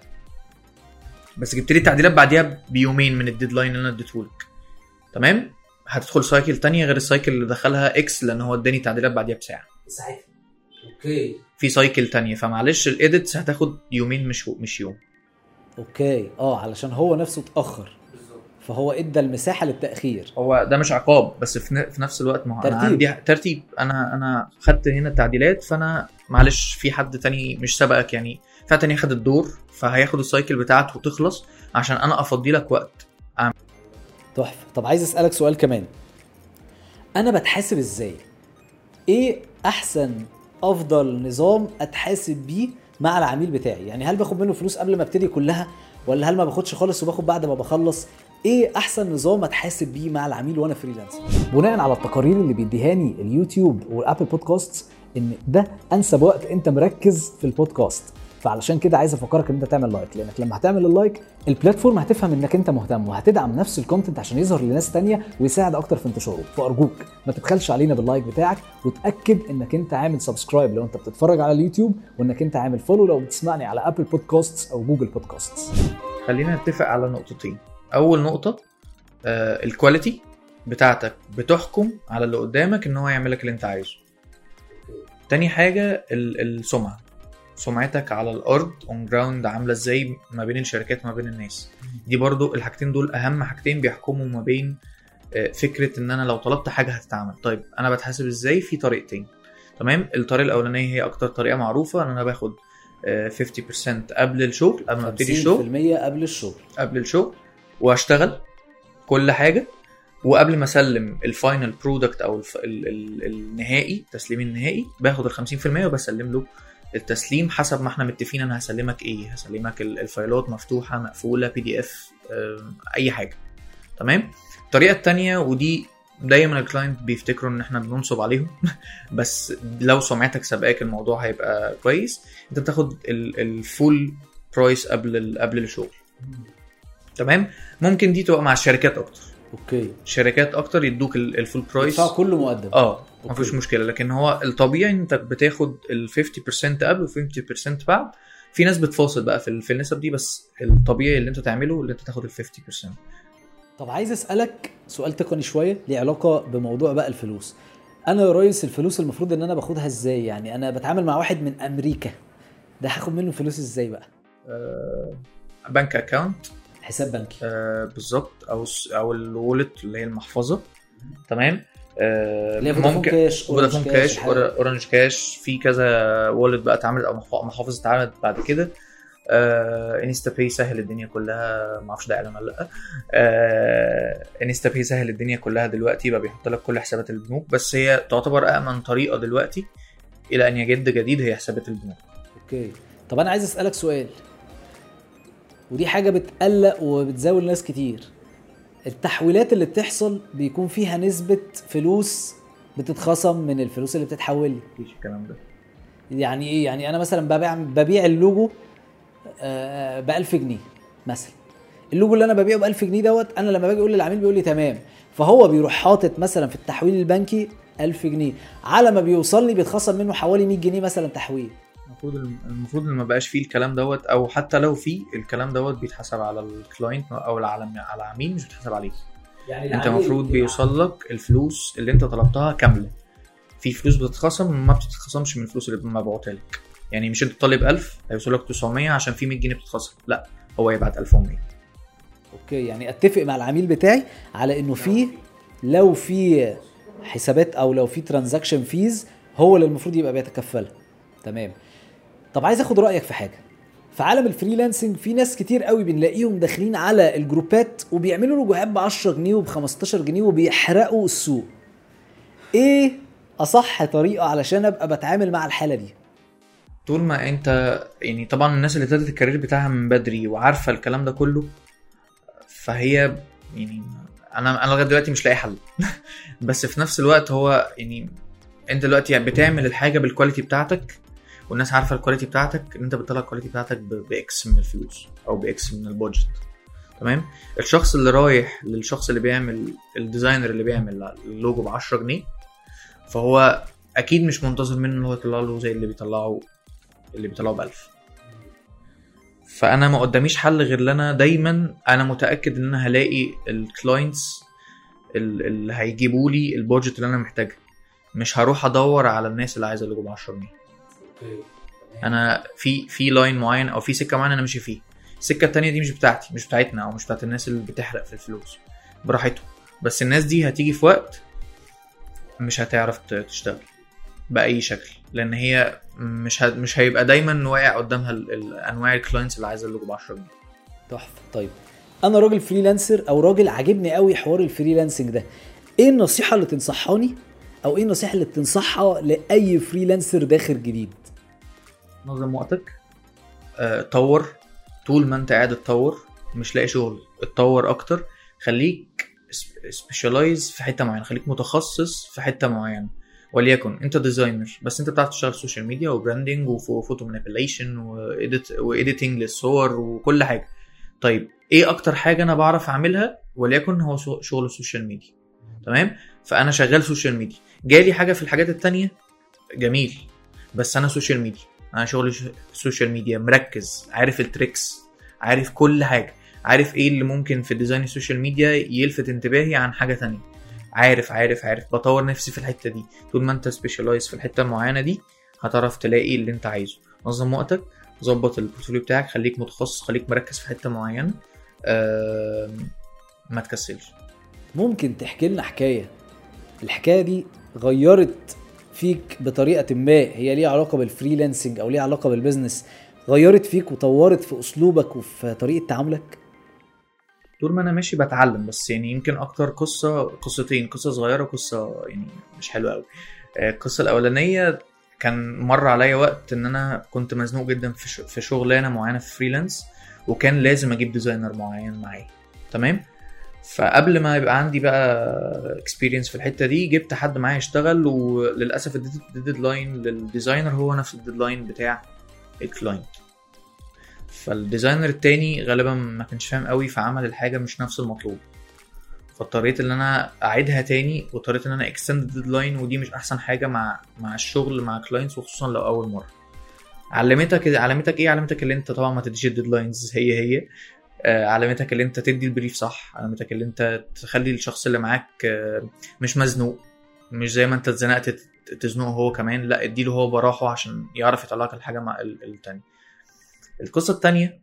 بس جبت لي التعديلات بعديها بيومين من الديدلاين اللي انا اديته لك، تمام، هتدخل سايكل تانية غير السايكل اللي دخلها اكس لان هو اداني تعديلات بعديها بساعه. ساعتها اوكي في سايكل تانية، فمعلش الاديتس هتاخد يومين مش مش يوم. اوكي. اه علشان هو نفسه اتاخر فهو ادى المساحه للتاخير. هو ده مش عقاب، بس في نفس الوقت ما انا عندي ترتيب. انا انا خدت هنا التعديلات، فانا معلش في حد تاني مش سبقك، يعني في تاني خد الدور فهياخد السايكل بتاعته وتخلص عشان انا افضي لك وقت. تحفه. طب عايز اسالك سؤال كمان، انا بتحاسب ازاي؟ ايه احسن افضل نظام اتحاسب بيه مع العميل بتاعي؟ يعني هل باخد منه فلوس قبل ما ابتدي كلها، ولا هل ما باخدش خالص وباخد بعد ما بخلص؟ ايه احسن نظام اتحاسب بيه مع العميل وانا فريلانس؟ بناء على التقارير اللي بيديهاني اليوتيوب والابل بودكاست ان ده انسب وقت انت مركز في البودكاست. فعلشان كده عايز افكرك ان انت تعمل لايك، لانك لما هتعمل اللايك البلاتفورم هتفهم انك انت مهتم وهتدعم نفس الكونتنت عشان يظهر لناس تانية ويساعد اكتر في انتشاره. فارجوك ما تبخلش علينا باللايك بتاعك، وتاكد انك انت عامل سبسكرايب لو انت بتتفرج على اليوتيوب، وانك انت عامل فولو لو بتسمعني على ابل بودكاستس او جوجل بودكاستس. خلينا نتفق على نقطتين. اول نقطه آه الكواليتي بتاعتك بتحكم على اللي قدامك ان هو يعملك اللي انت عايزه. تاني حاجه السمعه، سمعتك على الارض اون جراوند عامله ازاي ما بين الشركات وما بين الناس. دي برضو الحاجتين دول اهم حاجتين بيحكموا ما بين فكره ان انا لو طلبت حاجه هتتعمل. طيب انا بتحاسب ازاي؟ في طريقتين. تمام. الطريقه الاولانيه هي اكتر طريقه معروفه، ان انا باخد خمسين بالمية قبل الشغل، قبل ما ابتدي الشغل، خمسين بالمية قبل الشغل قبل الشغل واشتغل كل حاجه، وقبل ما اسلم الفاينل برودكت او ال ال النهائي، التسليم النهائي، باخد ال خمسين بالمية وبسلم له التسليم حسب ما احنا متفقين. انا هسلمك ايه؟ هسلمك الفايلات مفتوحه مقفوله بي دي اف اي حاجه. تمام. الطريقه الثانيه ودي دايما الكلاينت بيفتكروا ان احنا بننصب عليهم بس لو سمعتك سبقاك الموضوع هيبقى كويس. انت بتاخد الفول برايس قبل قبل الشغل. تمام. ممكن دي تبقى مع الشركات اكتر. اوكي. شركات اكتر يدوك الفول برايس، يدفع كله مقدم. اه مفيش مشكله. لكن هو الطبيعي انت بتاخد ال خمسين بالمية قبل و خمسين بالمية بعد. في ناس بتفاصل بقى في في النسب دي، بس الطبيعي اللي انت تعمله اللي انت تاخد ال خمسين بالمية. طب عايز اسالك سؤال تقني شويه ليه علاقه بموضوع بقى الفلوس. انا يا ريس الفلوس المفروض ان انا باخدها ازاي؟ يعني انا بتعامل مع واحد من امريكا، ده هاخد منه فلوس ازاي بقى؟ آه بنك اكاونت، حساب بنكي. آه بالظبط، او او الوالت اللي هي المحفظه. تمام. آه ممكن كاش، فودافون كاش، اورنج كاش، في كذا والت بقى اتعملت او محافظ اتعملت بعد كده. آه انستا باي سهل الدنيا كلها، ما اعرفش ده اعلان ولا لا. آه انستا باي سهل الدنيا كلها دلوقتي، بقى بيحط لك كل حسابات البنوك، بس هي تعتبر امن طريقه دلوقتي الى ان يجد جديد هي حسابات البنوك. اوكي. طب انا عايز اسالك سؤال، ودي حاجه بتقلق وبتزاول ناس كتير. التحويلات اللي بتحصل بيكون فيها نسبه فلوس بتتخصم من الفلوس اللي بتتحول لي. مفيش الكلام ده. يعني ايه؟ يعني انا مثلا ببيع ببيع اللوجو ب ألف جنيه مثلا، اللوجو اللي انا ببيعه ب ألف جنيه دوت، انا لما باجي اقول للعميل بيقول لي تمام، فهو بيروح حاطط مثلا في التحويل البنكي ألف جنيه، على ما بيوصلني بيتخصم منه حوالي مية جنيه مثلا تحويل. المفروض المفروض ما بقاش فيه الكلام دوت، او حتى لو فيه الكلام دوت بيتحسب على الكلاينت او على على العميل، مش بيتحسب عليك. يعني انت المفروض بيوصل لك الفلوس اللي انت طلبتها كامله. في فلوس بتتخصم ما بتتخصمش من الفلوس اللي مبعوتها لك. يعني مش انت طالب ألف هيوصل لك تسعمية عشان في مية جنيه بتتخصم، لا هو يبعت ألف ومية. اوكي. يعني اتفق مع العميل بتاعي على انه في لو في حسابات او لو في ترانزاكشن فيز هو اللي المفروض يبقى بيتكفلها. تمام. طب عايز اخد رايك في حاجه. في عالم الفريلانسنج في ناس كتير قوي بنلاقيهم داخلين على الجروبات وبيعملوا لوجوهات ب عشرة جنيه وب خمستاشر جنيه وبيحرقوا السوق. ايه اصح طريقه علشان ابقى بتعامل مع الحاله دي؟ طول ما انت يعني طبعا الناس اللي ابتدت الكارير بتاعها من بدري وعارفه الكلام ده كله، فهي يعني انا انا لغايه دلوقتي مش لاقي حل بس في نفس الوقت هو يعني انت دلوقتي بتعمل الحاجه بالكواليتي بتاعتك، والناس عارفه الكواليتي بتاعتك، ان انت بتطلع الكواليتي بتاعتك باكس من الفلوس او باكس من البادجت. تمام. الشخص اللي رايح للشخص اللي بيعمل الديزاينر اللي بيعمل اللوجو ب عشرة جنيه، فهو اكيد مش منتظر منه ان هو يطلع له زي اللي بيطلعه اللي بيطلعه بألف. فانا ما قداميش حل غير لنا دايما انا متاكد ان انا هلاقي الكلاينتس اللي هيجيبوا لي البادجت اللي انا محتاجها، مش هروح ادور على الناس اللي عايزه اللوجو ب عشرة جنيه. انا في في لاين معين او في سكه معينه انا ماشي فيه. السكه التانية دي مش بتاعتي، مش بتاعتنا، او مش بتاعت الناس اللي بتحرق في الفلوس، براحتهم. بس الناس دي هتيجي في وقت مش هتعرف تشتغل باي شكل، لان هي مش ه... مش هيبقى دايما واقع قدامها الانواع الكلاينتس اللي عايزه اللوجو ب عشرة جنيه. تحفه. طيب انا راجل فريلانسر او راجل عاجبني قوي حوار الفريلانسنج ده، ايه النصيحه اللي تنصحاني او ايه النصيحه اللي بتنصحها لاي فريلانسر داخل جديد؟ نظم وقتك، أه، طور. طول ما انت قاعد تطور مش لاقي شغل، اتطور اكتر، خليك سبيشالايز في حته معينه، خليك متخصص في حته معينه، وليكن انت ديزاينر بس انت بتعرف تشتغل سوشيال ميديا وبراندنج وفوتو مانيبيوليشن وايديت وايديتنج للصور وكل حاجه. طيب ايه اكتر حاجه انا بعرف اعملها؟ وليكن هو شغل السوشيال ميديا. تمام، فانا شغال سوشيال ميديا. جالي حاجه في الحاجات التانية جميل، بس انا سوشيال ميديا، انا شغل سوشيال ميديا مركز، عارف التريكس، عارف كل حاجه، عارف ايه اللي ممكن في ديزاين السوشيال ميديا يلفت انتباهي عن حاجه تانية. عارف عارف عارف بطور نفسي في الحته دي. طول ما انت سبيشالايز في الحته المعينه دي هتعرف تلاقي اللي انت عايزه. نظم وقتك، ظبط البورتفوليو بتاعك، خليك متخصص، خليك مركز في حته معينه، أه... ما تكسلش. ممكن تحكي لنا حكايه الحكايه دي غيرت فيك بطريقه ما، هي ليها علاقه بالفريلانسنج او ليها علاقه بالبزنس، غيرت فيك وطورت في اسلوبك وفي طريقه تعاملك؟ طول ما انا ماشي بتعلم، بس يعني يمكن اكتر قصه قصتين، قصه صغيره وقصه يعني مش حلوه قوي. القصه الاولانيه كان مر عليا وقت ان انا كنت مزنوق جدا في في شغلانه معينه في فريلانس، وكان لازم اجيب ديزاينر معين معايا. تمام، فقبل ما يبقى عندي بقى اكسبيرينس في الحته دي جبت حد معايا يشتغل، وللاسف الديدلاين للديزاينر هو نفس الديدلاين بتاع الكلاينت. فالديزاينر التاني غالبا ما كانش فاهم قوي، فعمل الحاجه مش نفس المطلوب، فاضطريت ان انا اعيدها تاني، واضطريت ان انا اكستند الديدلاين، ودي مش احسن حاجه مع مع الشغل مع كلاينتس، وخصوصا لو اول مره. علمتك علمتك ايه؟ علمتك اللي انت طبعا ما تديش الديدلاينز هي هي آه، علمتك اللي انت تدي البريف صح، علمتك اللي انت تخلي الشخص اللي معاك آه، مش مزنوق، مش زي ما انت اتزنقت تزنقه هو كمان، لا اديله هو براحه عشان يعرف يطلعك الحاجه مع التاني. القصه التانية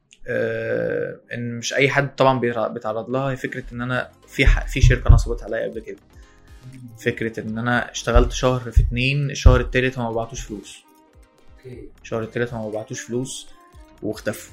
آه، ان مش اي حد طبعا بيتعرض لها، هي فكره ان انا في في شركه نصبت عليا قبل كده، فكره ان انا اشتغلت شهر في اتنين، الشهر التالت ما بعتوش فلوس، الشهر التالت ما بعتوش فلوس واختفوا.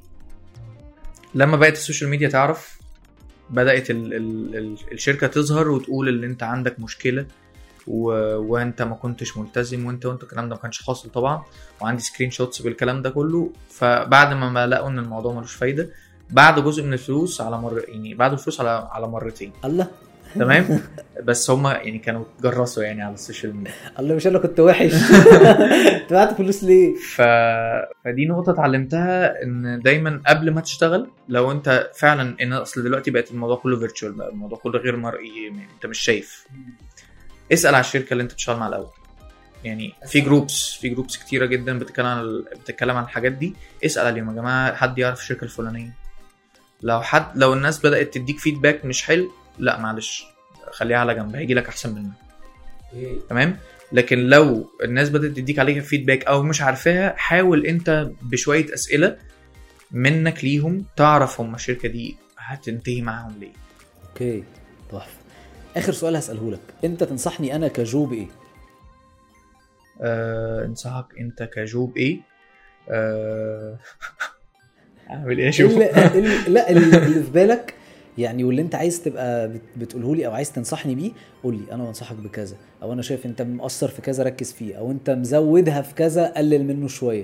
لما بقت السوشيال ميديا تعرف، بدات ال ال ال الشركه تظهر وتقول اللي انت عندك مشكله و... وانت ما كنتش ملتزم، وانت وانت الكلام ده ما كانش حاصل طبعا، وعندي سكرين شوتس بالكلام ده كله. فبعد ما لقوا ان الموضوع ملوش فايده، بعد جزء من الفلوس على مر يعني بعد الفلوس على على مرتين. الله تمام، بس هما يعني كانوا جرسوا يعني على السوشيال ميديا. الله، مش انا كنت وحش دفعت فلوس ليه؟ ف... فدي نقطه اتعلمتها، ان دايما قبل ما تشتغل، لو انت فعلا ان اصل دلوقتي بقت الموضوع كله فيرتشوال بقى، الموضوع كله غير مرئي، يعني انت مش شايف، اسال على الشركه اللي انت بتشتغل معاها الاول. يعني في جروبس في جروبس كتيره جدا بتتكلم عن بتتكلم عن الحاجات دي، اسال عليهم يا جماعه، حد يعرف الشركه الفلانيه؟ لو حد لو الناس بدات تديك فيدباك مش حلو، لا معلش خليها على جنب، هيجي لك احسن منها. إيه؟ تمام. لكن لو الناس بدات تديك عليها فيدباك او مش عارفاها، حاول انت بشويه اسئله منك ليهم تعرف هم الشركه دي هتنتهي معاهم ليه. اوكي تحفه. اخر سؤال هساله لك، انت تنصحني انا كجو بايه؟ أه... انصحك انت كجو بايه؟ أه... اعمل ايه؟ شوف لا اللي في بالك يعني، واللي انت عايز تبقى بتقوله لي او عايز تنصحني بيه، قول لي انا بنصحك بكذا، او انا شايف انت مقصر في كذا ركز فيه، او انت مزودها في كذا قلل منه شويه.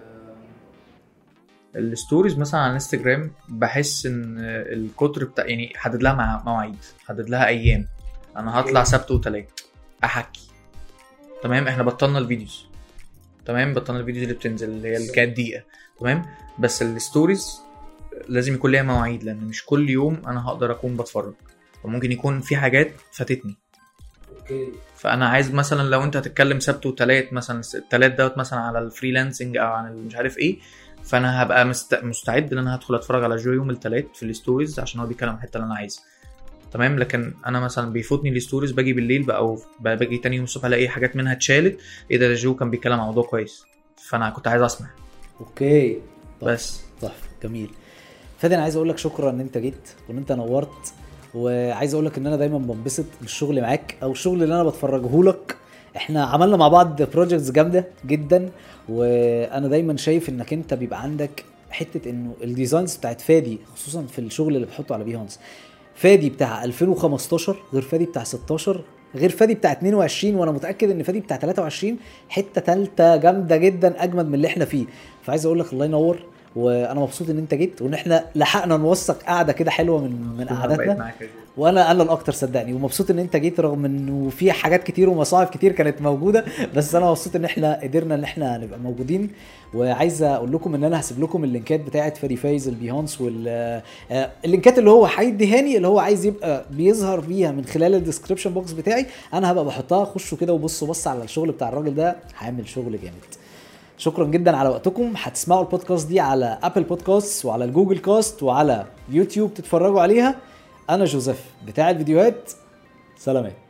الستوريز مثلا على انستجرام، بحس ان الكتر بتاع يعني حدد لها مع مواعيد، حدد لها ايام، انا هطلع سبت وتلات احكي. تمام، احنا بطلنا الفيديوز، تمام، بطلنا الفيديوز اللي بتنزل اللي هي اللي كانت دقيقه، تمام، بس الستوريز لازم يكون ليها مواعيد، لان مش كل يوم انا هقدر اكون بتفرج، وممكن يكون في حاجات فاتتني. اوكي، فانا عايز مثلا لو انت هتتكلم سبت وتلات، مثلا التلات دوت مثلا على الفريلانسنج او عن مش عارف ايه، فانا هبقى مست... مستعد ان انا هدخل اتفرج على جو يوم التلات في الستوريز عشان هو بيتكلم عن الحته اللي انا عايزها. تمام، لكن انا مثلا بيفوتني الستوريز، باجي بالليل بقى او باجي تاني يوم الصبح الاقي حاجات منها اتشالت، ايه ده جو كان بيتكلم عن موضوع كويس، فانا كنت عايز اسمع. اوكي بس تحفه جميل. فادي انا عايز اقول لك شكرا ان انت جيت وان انت نورت، وعايز اقول لك ان انا دايما بنبسط بالشغل معاك او الشغل اللي انا بتفرجه لك. احنا عملنا مع بعض بروجكتس جامده جدا، وانا دايما شايف انك انت بيبقى عندك حته انه الديزاينز بتاعت فادي، خصوصا في الشغل اللي بتحطه على بيهانس، فادي بتاع ألفين وخمستاشر غير فادي بتاع ستاشر غير فادي بتاع اتنين وعشرين، وانا متاكد ان فادي بتاع تلاتة وعشرين حته ثالثه جامده جدا اجمد من اللي احنا فيه. فعايز اقول لك الله ينور، وانا مبسوط ان انت جيت وان احنا لحقنا نوثق قعده كده حلوه من من بقيت قعداتنا. معاك يا جو. وانا انا الاكتر صدقني، ومبسوط ان انت جيت رغم انه في حاجات كتير ومصاعب كتير كانت موجوده، بس انا مبسوط ان احنا قدرنا ان احنا نبقى موجودين. وعايز اقول لكم ان انا هسيب لكم اللينكات بتاعه فري فايز البيهانس وال آه، اللينكات اللي هو هيديهاني اللي هو عايز يبقى بيظهر بيها من خلال الديسكربشن بوكس بتاعي، انا هبقى بحطها. خشوا كده وبصوا بص على الشغل بتاع الراجل ده، هيعمل شغل جامد. شكرا جدا على وقتكم. هتسمعوا البودكاست دي على ابل بودكاست وعلى الجوجل كاست وعلى يوتيوب تتفرجوا عليها. انا جوزيف بتاع الفيديوهات. سلامات.